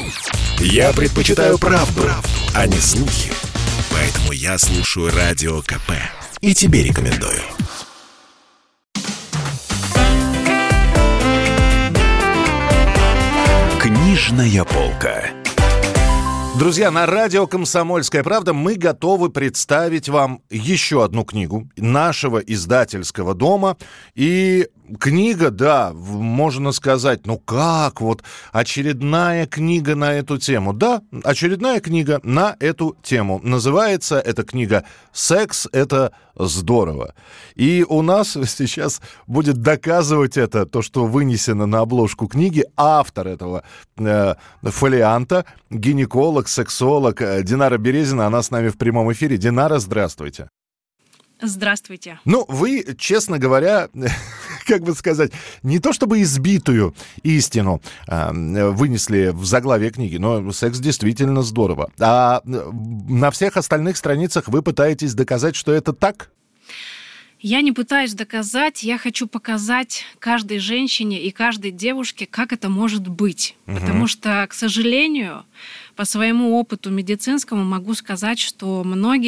Я предпочитаю правду, а не слухи. Поэтому я слушаю Радио КП. И тебе рекомендую. Книжная полка. Друзья, на радио «Комсомольская правда» мы готовы представить вам еще одну книгу нашего издательского дома. И книга, да, можно сказать, ну как, вот очередная книга на эту тему. Да, очередная книга на эту тему. Называется эта книга «Секс – это здорово». И у нас сейчас будет доказывать это, то, что вынесено на обложку книги, автор этого фолианта, гинеколог, сексолог Динара Березина. Она с нами в прямом эфире. Динара, здравствуйте. Здравствуйте. Ну, вы, честно говоря, как бы сказать, не то чтобы избитую истину вынесли в заглавие книги, но секс действительно здорово. А на всех остальных страницах вы пытаетесь доказать, что это так? Я не пытаюсь доказать, я хочу показать каждой женщине и каждой девушке, как это может быть. Потому что, к сожалению, по своему опыту медицинскому могу сказать, что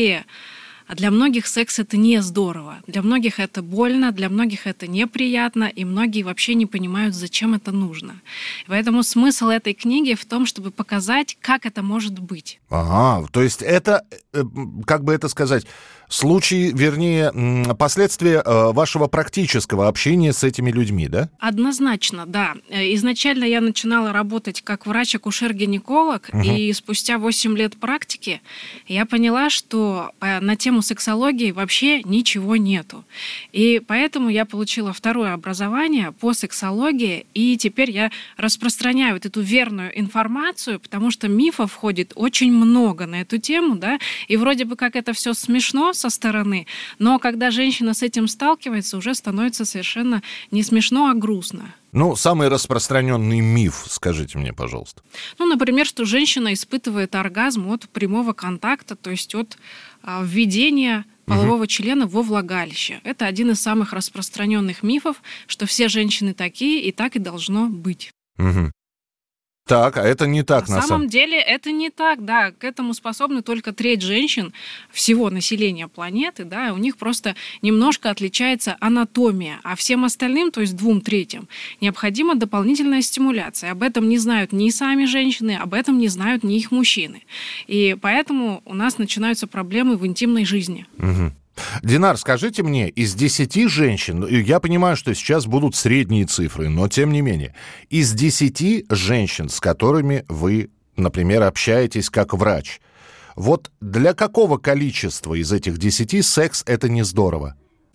для многих секс — это не здорово. Для многих это больно, для многих это неприятно, и многие вообще не понимают, зачем это нужно. Поэтому смысл этой книги в том, чтобы показать, как это может быть. Ага, то есть это, как бы это сказать, случаи, вернее, последствия вашего практического общения с этими людьми, да? Однозначно, да. Изначально я начинала работать как врач-акушер-гинеколог, и спустя 8 лет практики я поняла, что на тему сексологии вообще ничего нету. И поэтому я получила второе образование по сексологии, и теперь я распространяю вот эту верную информацию, потому что мифов ходит очень много на эту тему, да, и вроде бы как это все смешно со стороны, но когда женщина с этим сталкивается, уже становится совершенно не смешно, а грустно. Ну, самый распространенный миф, скажите мне, пожалуйста. Ну, например, что женщина испытывает оргазм от прямого контакта, то есть от введения полового члена во влагалище. Это один из самых распространенных мифов, что все женщины такие, и так и должно быть. Так, а это не так на самом деле это не так, да. К этому способны только треть женщин всего населения планеты, да, у них просто немножко отличается анатомия, а всем остальным, то есть 2/3, необходима дополнительная стимуляция. Об этом не знают ни сами женщины, об этом не знают ни их мужчины. И поэтому у нас начинаются проблемы в интимной жизни. Динар, скажите мне, из 10 женщин, я понимаю, что сейчас будут средние цифры, но тем не менее, из 10 женщин, с которыми вы, например, общаетесь как врач, вот для какого количества из этих 10 секс – это не здорово?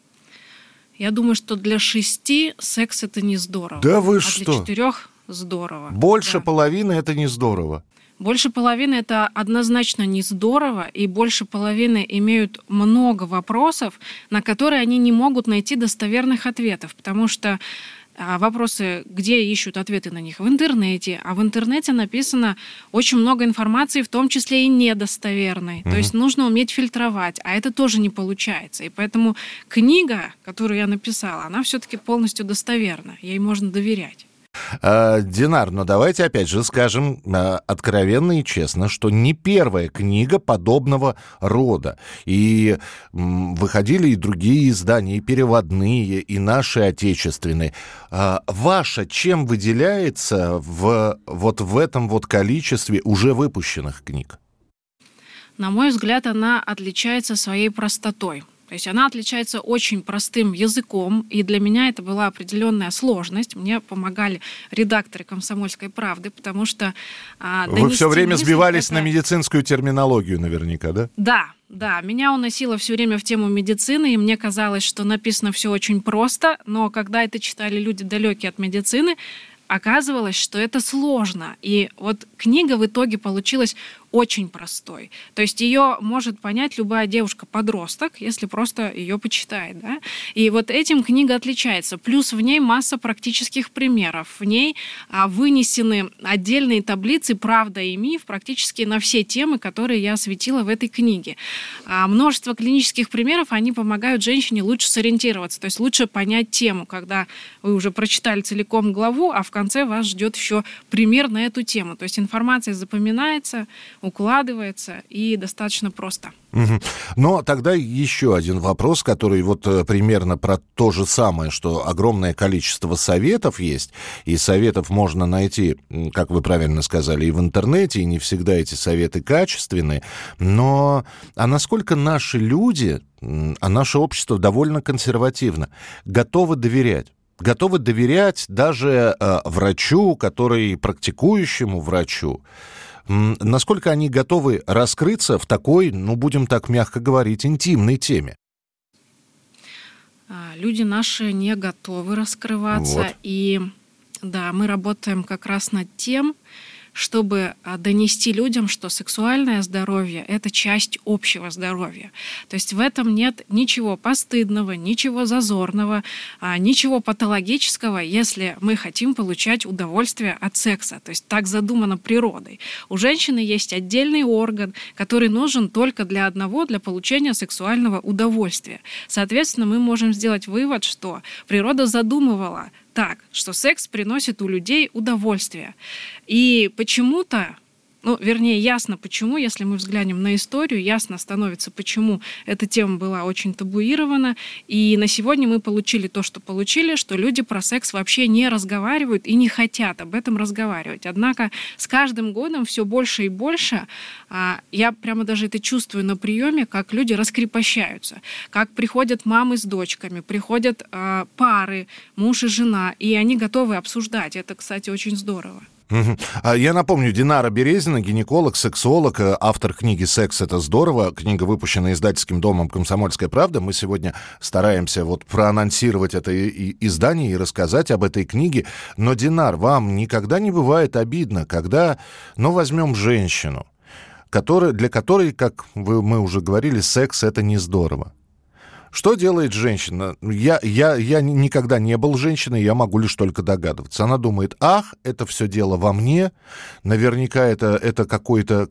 Я думаю, что для 6 секс – это не здорово. Да вы а что? Для 4 – здорово. Больше да. половины – это не здорово. Больше половины это однозначно не здорово, и больше половины имеют много вопросов, на которые они не могут найти достоверных ответов, потому что вопросы, где ищут ответы на них? В интернете. А в интернете написано очень много информации, в том числе и недостоверной. То есть нужно уметь фильтровать, а это тоже не получается. И поэтому книга, которую я написала, она все-таки полностью достоверна, ей можно доверять. Динар, но давайте опять же скажем откровенно и честно, что не первая книга подобного рода. И выходили и другие издания, и переводные, и наши отечественные. Ваша чем выделяется в этом вот количестве уже выпущенных книг? На мой взгляд, она отличается своей простотой. То есть она отличается очень простым языком, и для меня это была определенная сложность. Мне помогали редакторы «Комсомольской правды», потому что... Вы все время сбивались на медицинскую терминологию наверняка, да? Да, меня уносило все время в тему медицины, и мне казалось, что написано все очень просто, но когда это читали люди, далекие от медицины, оказывалось, что это сложно. И вот книга в итоге получилась очень простой. То есть ее может понять любая девушка-подросток, если просто ее почитает. Да? И вот этим книга отличается. Плюс в ней масса практических примеров. В ней вынесены отдельные таблицы «Правда и миф» практически на все темы, которые я осветила в этой книге. Множество клинических примеров, они помогают женщине лучше сориентироваться, то есть лучше понять тему, когда вы уже прочитали целиком главу, а в конце конце вас ждет еще пример на эту тему. То есть информация запоминается, укладывается и достаточно просто. Но тогда еще один вопрос, который вот примерно про то же самое, что огромное количество советов есть, и советов можно найти, как вы правильно сказали, и в интернете, и не всегда эти советы качественные, но насколько наши люди, наше общество довольно консервативно, готовы доверять? Готовы доверять даже врачу, практикующему врачу? Насколько они готовы раскрыться в такой, будем так мягко говорить, интимной теме? Люди наши не готовы раскрываться. Вот. И да, мы работаем как раз над тем, чтобы донести людям, что сексуальное здоровье – это часть общего здоровья. То есть в этом нет ничего постыдного, ничего зазорного, ничего патологического, если мы хотим получать удовольствие от секса. То есть так задумано природой. У женщины есть отдельный орган, который нужен только для получения сексуального удовольствия. Соответственно, мы можем сделать вывод, что природа задумывала так, что секс приносит у людей удовольствие. И почему-то, ясно почему, если мы взглянем на историю, ясно становится, почему эта тема была очень табуирована. И на сегодня мы получили то, что получили, что люди про секс вообще не разговаривают и не хотят об этом разговаривать. Однако с каждым годом все больше и больше, я прямо даже это чувствую на приеме, как люди раскрепощаются, как приходят мамы с дочками, приходят пары, муж и жена, и они готовы обсуждать. Это, кстати, очень здорово. Я напомню, Динара Березина, гинеколог, сексолог, автор книги «Секс – это здорово». Книга выпущена издательским домом «Комсомольская правда». Мы сегодня стараемся проанонсировать это издание и рассказать об этой книге. Но, Динар, вам никогда не бывает обидно, когда, возьмем женщину, для которой, как мы уже говорили, секс – это не здорово. Что делает женщина? Я никогда не был женщиной, я могу лишь только догадываться. Она думает, это все дело во мне, наверняка это какое-то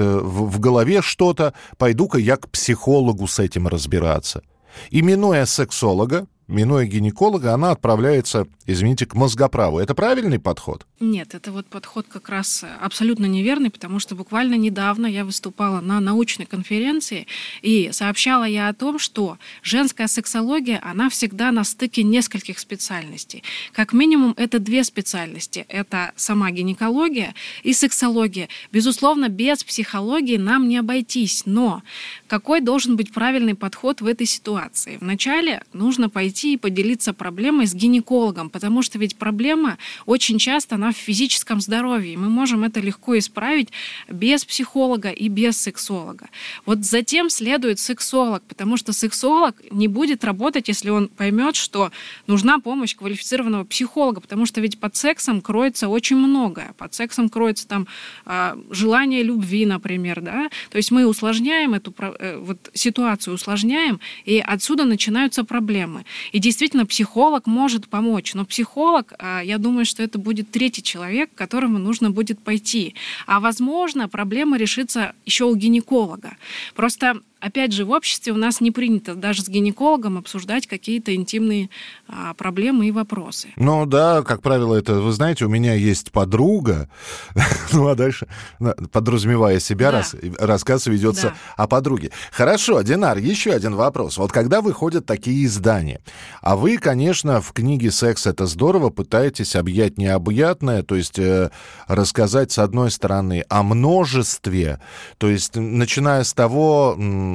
в голове что-то, пойду-ка я к психологу с этим разбираться. И минуя сексолога, минуя гинеколога, она отправляется, к мозгоправу. Это правильный подход? Нет, это подход как раз абсолютно неверный, потому что буквально недавно я выступала на научной конференции, и сообщала я о том, что женская сексология, она всегда на стыке нескольких специальностей. Как минимум, это 2 специальности. Это сама гинекология и сексология. Безусловно, без психологии нам не обойтись. Но какой должен быть правильный подход в этой ситуации? Вначале нужно пойти и поделиться проблемой с гинекологом, потому что ведь проблема очень часто она в физическом здоровье. Мы можем это легко исправить без психолога и без сексолога. Затем следует сексолог, потому что сексолог не будет работать, если он поймет, что нужна помощь квалифицированного психолога, потому что ведь под сексом кроется очень многое. Под сексом кроется желание любви, например, да? То есть мы усложняем эту ситуацию, и отсюда начинаются проблемы. И действительно, психолог может помочь, но психолог, я думаю, что это будет 3-й человек, к которому нужно будет пойти. А возможно, проблема решится еще у гинеколога. Просто, опять же, в обществе у нас не принято даже с гинекологом обсуждать какие-то интимные проблемы и вопросы. Да, как правило, это, вы знаете, у меня есть подруга, а дальше, подразумевая себя, рассказ ведется о подруге. Хорошо, Динар, еще один вопрос. Когда выходят такие издания, а вы, конечно, в книге «Секс – это здорово» пытаетесь объять необъятное, то есть рассказать, с одной стороны, о множестве, то есть начиная с того,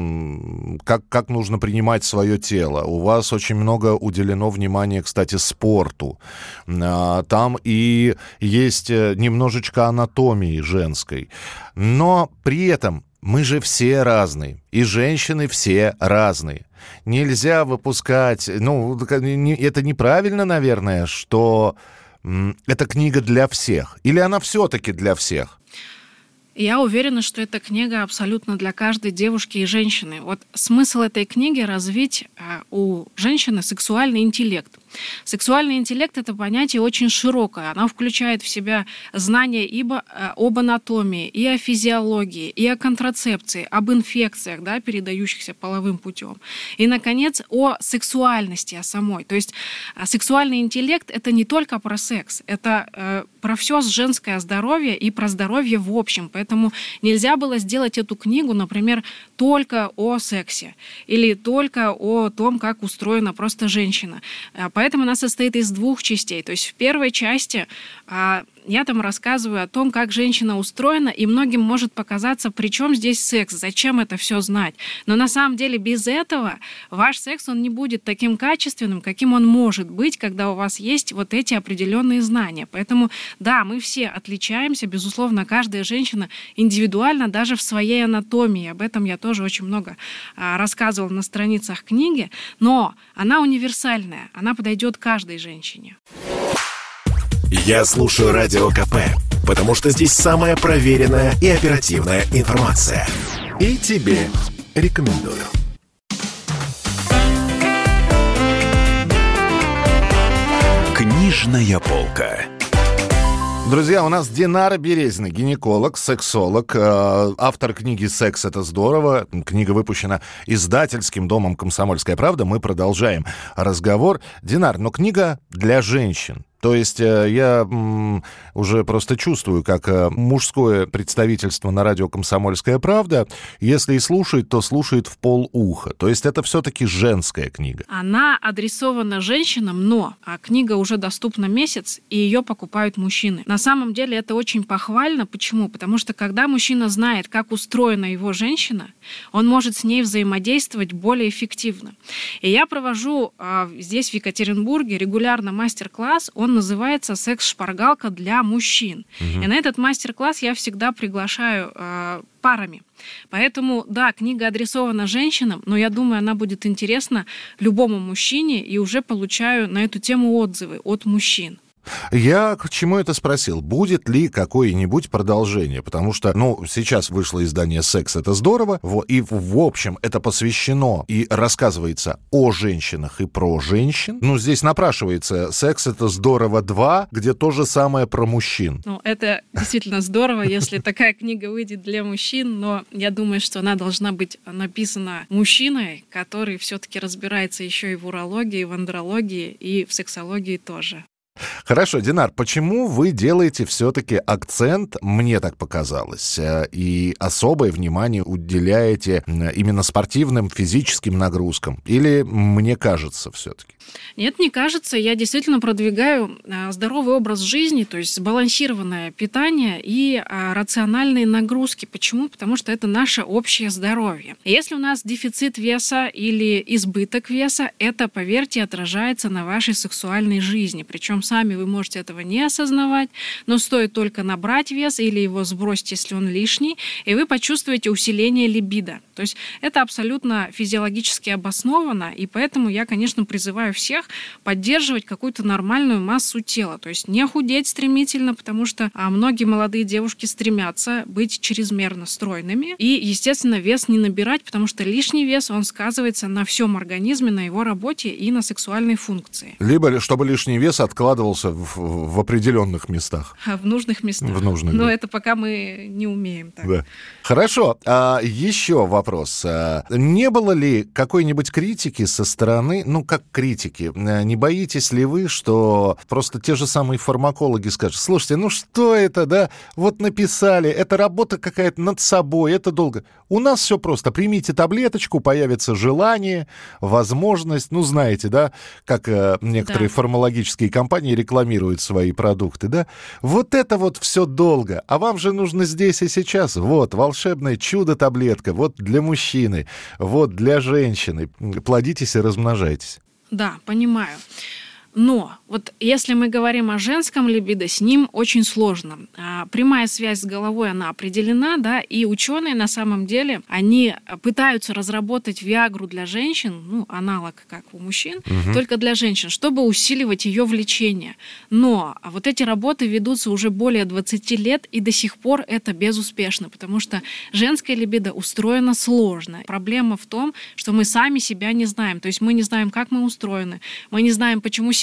как нужно принимать свое тело. У вас очень много уделено внимания, кстати, спорту. Там и есть немножечко анатомии женской. Но при этом мы же все разные, и женщины все разные. Нельзя выпускать... это неправильно, наверное, что эта книга для всех. Или она все-таки для всех? Я уверена, что эта книга абсолютно для каждой девушки и женщины. Смысл этой книги — развить у женщины сексуальный интеллект. Сексуальный интеллект — это понятие очень широкое. Оно включает в себя знания об анатомии, и о физиологии, и о контрацепции, об инфекциях, да, передающихся половым путем. И, наконец, о сексуальности, о самой. То есть сексуальный интеллект — это не только про секс, это про все женское здоровье и про здоровье в общем. Поэтому нельзя было сделать эту книгу, например, только о сексе или только о том, как устроена просто женщина. Поэтому она состоит из двух частей. То есть в первой части я там рассказываю о том, как женщина устроена, и многим может показаться, при чем здесь секс, зачем это все знать. Но на самом деле без этого ваш секс, он не будет таким качественным, каким он может быть, когда у вас есть вот эти определенные знания. Поэтому, да, мы все отличаемся, безусловно, каждая женщина индивидуально даже в своей анатомии. Об этом я тоже очень много рассказывала на страницах книги, но она универсальная, она подойдет каждой женщине. Я слушаю Радио КП, потому что здесь самая проверенная и оперативная информация. И тебе рекомендую. Книжная полка. Друзья, у нас Динара Березина, гинеколог, сексолог, автор книги «Секс – это здорово». Книга выпущена издательским домом «Комсомольская правда». Мы продолжаем разговор. Динар, но книга для женщин. То есть я уже просто чувствую, как мужское представительство на радио «Комсомольская правда», если и слушает, то слушает в полуха. То есть это все-таки женская книга. Она адресована женщинам, но книга уже доступна месяц, и ее покупают мужчины. На самом деле это очень похвально. Почему? Потому что когда мужчина знает, как устроена его женщина, он может с ней взаимодействовать более эффективно. И я провожу здесь, в Екатеринбурге, регулярно мастер-класс. Он называется «Секс-шпаргалка для мужчин». И на этот мастер-класс я всегда приглашаю парами. Поэтому, да, книга адресована женщинам, но я думаю, она будет интересна любому мужчине, и уже получаю на эту тему отзывы от мужчин. Я к чему это спросил? Будет ли какое-нибудь продолжение? Потому что, сейчас вышло издание «Секс – это здорово», и, в общем, это посвящено и рассказывается о женщинах и про женщин. Здесь напрашивается «Секс – это здорово 2», где то же самое про мужчин. Это действительно здорово, если такая книга выйдет для мужчин, но я думаю, что она должна быть написана мужчиной, который все-таки разбирается еще и в урологии, и в андрологии, и в сексологии тоже. Хорошо, Динар, почему вы делаете все-таки акцент, мне так показалось, и особое внимание уделяете именно спортивным, физическим нагрузкам? Или мне кажется все-таки? Нет, не кажется. Я действительно продвигаю здоровый образ жизни, то есть сбалансированное питание и рациональные нагрузки. Почему? Потому что это наше общее здоровье. Если у нас дефицит веса или избыток веса, это, поверьте, отражается на вашей сексуальной жизни. Причем сами вы можете этого не осознавать, но стоит только набрать вес или его сбросить, если он лишний, и вы почувствуете усиление либидо. То есть это абсолютно физиологически обосновано, и поэтому я, конечно, призываю всех поддерживать какую-то нормальную массу тела. То есть не худеть стремительно, потому что многие молодые девушки стремятся быть чрезмерно стройными. И, естественно, вес не набирать, потому что лишний вес, он сказывается на всем организме, на его работе и на сексуальной функции. Либо чтобы лишний вес откладывался в определенных местах. В нужных местах. В нужных, но да. это пока мы не умеем так. Да. Хорошо. Еще вопрос. Не было ли какой-нибудь критики со стороны, как критики, не боитесь ли вы, что просто те же самые фармакологи скажут: слушайте, что это, да? Вот написали, это работа какая-то над собой, это долго. У нас все просто. Примите таблеточку, появится желание, возможность. Знаете, да, как некоторые фармакологические компании рекламируют свои продукты, да? Вот это вот все долго. А вам же нужно здесь и сейчас. Вот, волшебное чудо-таблетка. Вот для мужчины, вот для женщины. Плодитесь и размножайтесь. Да, понимаю. Но вот если мы говорим о женском либидо, с ним очень сложно. Прямая связь с головой, она определена, да, и ученые на самом деле, они пытаются разработать виагру для женщин, аналог как у мужчин, только для женщин, чтобы усиливать ее влечение. Но вот эти работы ведутся уже более 20 лет, и до сих пор это безуспешно, потому что женская либидо устроена сложно. Проблема в том, что мы сами себя не знаем, то есть мы не знаем, как мы устроены, мы не знаем, почему сегодня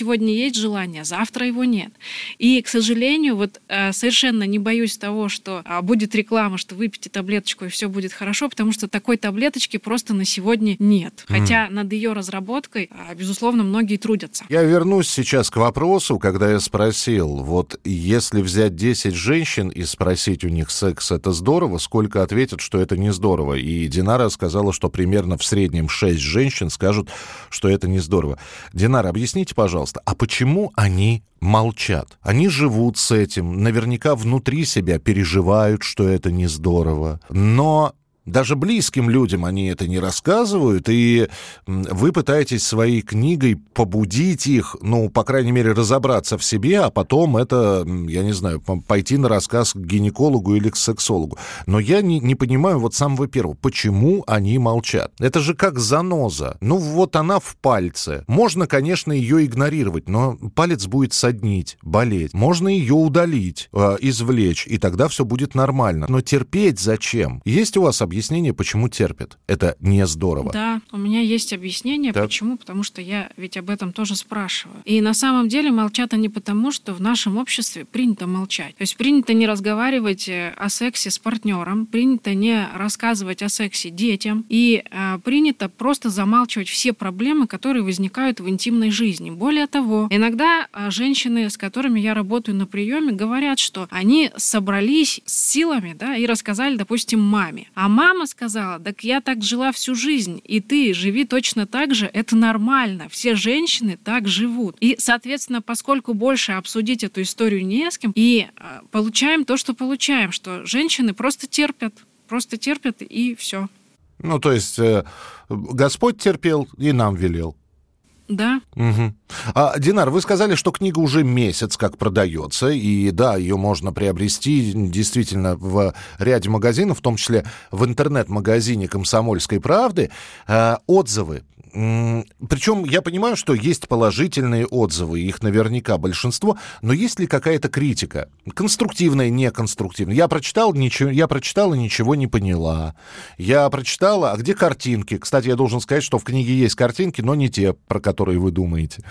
сегодня есть желание, завтра его нет. И, к сожалению, вот совершенно не боюсь того, что будет реклама, что выпейте таблеточку и все будет хорошо, потому что такой таблеточки просто на сегодня нет. Хотя над ее разработкой, безусловно, многие трудятся. Я вернусь сейчас к вопросу, когда я спросил, вот если взять 10 женщин и спросить у них, секс это здорово, сколько ответят, что это не здорово. И Динара сказала, что примерно в среднем 6 женщин скажут, что это не здорово. Динара, объясните, пожалуйста, а почему они молчат? Они живут с этим, наверняка внутри себя переживают, что это не здорово, но даже близким людям они это не рассказывают, и вы пытаетесь своей книгой побудить их, ну, по крайней мере, разобраться в себе, а потом это, я не знаю, пойти на рассказ к гинекологу или к сексологу. Но я не понимаю вот самого первого, почему они молчат. Это же как заноза. Ну, вот она в пальце. Можно, конечно, ее игнорировать, но палец будет соднить, болеть. Можно ее удалить, извлечь, и тогда все будет нормально. Но терпеть зачем? Есть у вас объяснение, почему терпят? Это не здорово. Да, у меня есть объяснение, так. Почему, потому что я ведь об этом тоже спрашиваю. И на самом деле молчат они потому, что в нашем обществе принято молчать. То есть принято не разговаривать о сексе с партнером, принято не рассказывать о сексе детям, и принято просто замалчивать все проблемы, которые возникают в интимной жизни. Более того, иногда женщины, с которыми я работаю на приеме, говорят, что они собрались с силами, да, и рассказали, допустим, маме. А мама сказала: так я так жила всю жизнь, и ты живи точно так же, это нормально, все женщины так живут. И, соответственно, поскольку больше обсудить эту историю не с кем, и получаем то, что получаем, что женщины просто терпят и все. Ну, то есть Господь терпел и нам велел. Да. Угу. Динар, вы сказали, что книга уже месяц как продается, и да, ее можно приобрести действительно в ряде магазинов, в том числе в интернет-магазине «Комсомольской правды». Отзывы. Причем я понимаю, что есть положительные отзывы, их наверняка большинство, но есть ли какая-то критика? Конструктивная, неконструктивная? Я прочитала и ничего не поняла. Я прочитала, а где картинки? Кстати, я должен сказать, что в книге есть картинки, но не те, про которые вы думаете.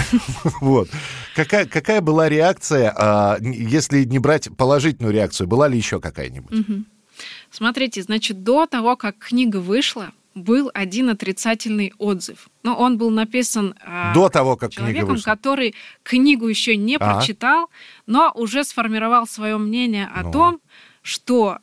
Вот. Какая была реакция, если не брать положительную реакцию, была ли еще какая-нибудь? Смотрите, значит, до того, как книга вышла, был один отрицательный отзыв. Но он был написан до того, как человеком, который книгу еще не прочитал, но уже сформировал свое мнение о том, что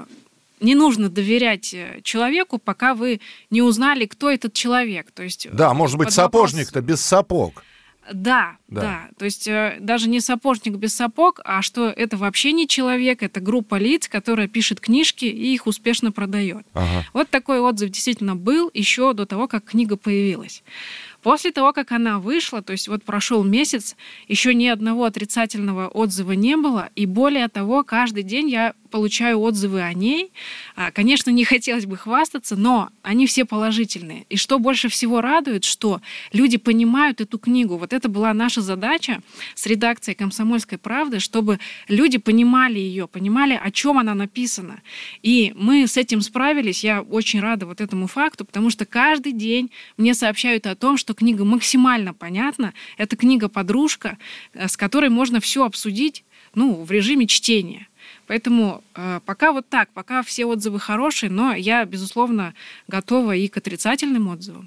не нужно доверять человеку, пока вы не узнали, кто этот человек. То есть, да, может быть, сапожник-то без сапог. Да. То есть даже не сапожник без сапог, а что это вообще не человек, это группа лиц, которая пишет книжки и их успешно продает. Вот такой отзыв действительно был еще до того, как книга появилась. После того, как она вышла, то есть вот прошел месяц, еще ни одного отрицательного отзыва не было, и более того, каждый день я получаю отзывы о ней. Конечно, не хотелось бы хвастаться, но они все положительные. И что больше всего радует, что люди понимают эту книгу. Вот это была наша задача с редакцией «Комсомольской правды», чтобы люди понимали ее, понимали, о чем она написана. И мы с этим справились. Я очень рада вот этому факту, потому что каждый день мне сообщают о том, что книга максимально понятна. Это книга-подружка, с которой можно все обсудить, в режиме чтения. Поэтому пока вот так, пока все отзывы хорошие, но я, безусловно, готова и к отрицательным отзывам.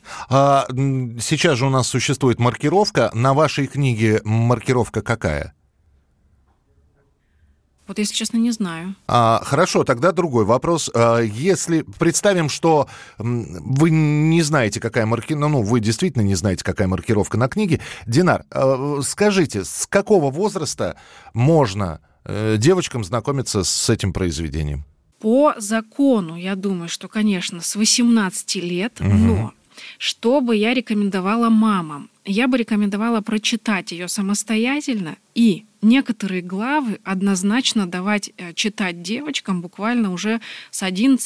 Сейчас же у нас существует маркировка. На вашей книге маркировка какая? Вот, если честно, не знаю. Хорошо, тогда другой вопрос. Если представим, что вы не знаете, какая маркировка, вы действительно не знаете, какая маркировка на книге. Динар, скажите, с какого возраста можно девочкам знакомиться с этим произведением? По закону, я думаю, что, конечно, с 18 лет, но что бы я рекомендовала мамам? Я бы рекомендовала прочитать ее самостоятельно и некоторые главы однозначно давать читать девочкам буквально уже с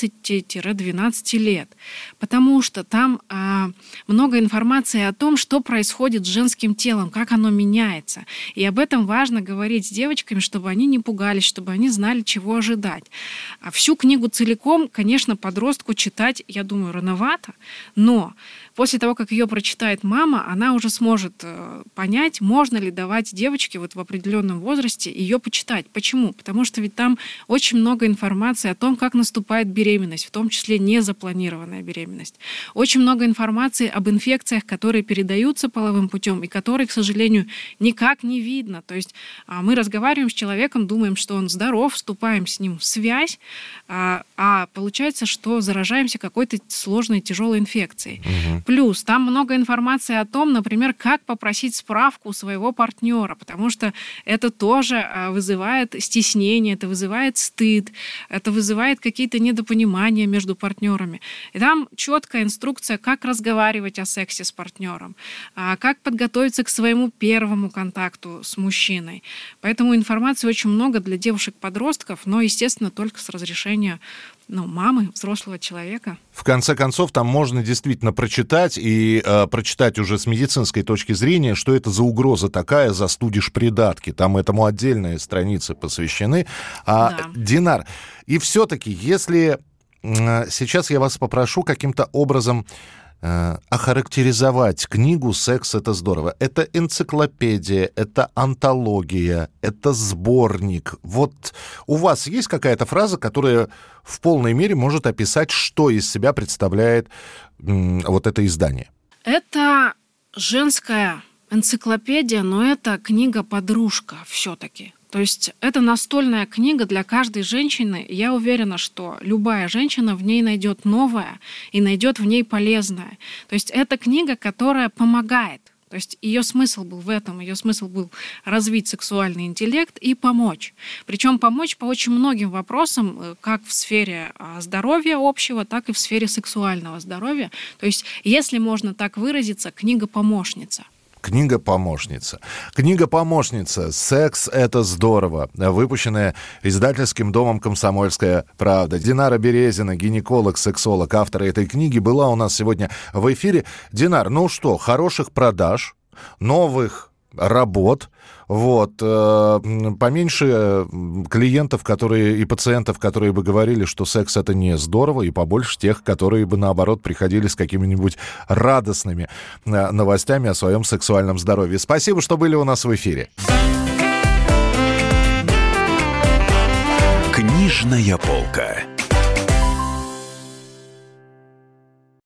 11-12 лет, потому что там много информации о том, что происходит с женским телом, как оно меняется. И об этом важно говорить с девочками, чтобы они не пугались, чтобы они знали, чего ожидать. Всю книгу целиком, конечно, подростку читать, я думаю, рановато, но после того, как ее прочитает мама, она уже сможет понять, можно ли давать девочке вот в определенном возрасте ее почитать. Почему? Потому что ведь там очень много информации о том, как наступает беременность, в том числе незапланированная беременность. Очень много информации об инфекциях, которые передаются половым путем и которые, к сожалению, никак не видно. То есть мы разговариваем с человеком, думаем, что он здоров, вступаем с ним в связь, а получается, что заражаемся какой-то сложной, тяжелой инфекцией. Плюс там много информации о том, например, как попросить справку у своего партнера, потому что это тоже вызывает стеснение, это вызывает стыд, это вызывает какие-то недопонимания между партнерами. И там четкая инструкция, как разговаривать о сексе с партнером, как подготовиться к своему первому контакту с мужчиной. Поэтому информации очень много для девушек-подростков, но, естественно, только с разрешения мамы, взрослого человека. В конце концов, там можно действительно прочитать, и прочитать уже с медицинской точки зрения, что это за угроза такая, застудишь придатки. Там этому отдельные страницы посвящены. Да. Динар, и все-таки, если сейчас я вас попрошу каким-то образом охарактеризовать книгу «Секс — это здорово». Это энциклопедия, это антология, это сборник. Вот у вас есть какая-то фраза, которая в полной мере может описать, что из себя представляет вот это издание? Это женская энциклопедия, но это книга-подружка все-таки. То есть это настольная книга для каждой женщины. Я уверена, что любая женщина в ней найдет новое и найдет в ней полезное. То есть это книга, которая помогает. То есть ее смысл был в этом. Ее смысл был развить сексуальный интеллект и помочь. Причем помочь по очень многим вопросам, как в сфере здоровья общего, так и в сфере сексуального здоровья. То есть, если можно так выразиться, книга-помощница. Книга-помощница. Книга-помощница «Секс — это здорово», выпущенная издательским домом «Комсомольская правда». Динара Березина, гинеколог, сексолог, автор этой книги, была у нас сегодня в эфире. Динар, ну что, хороших продаж, новых работ, поменьше клиентов, и пациентов, которые бы говорили, что секс — это не здорово, и побольше тех, которые бы, наоборот, приходили с какими-нибудь радостными новостями о своем сексуальном здоровье. Спасибо, что были у нас в эфире. Книжная полка.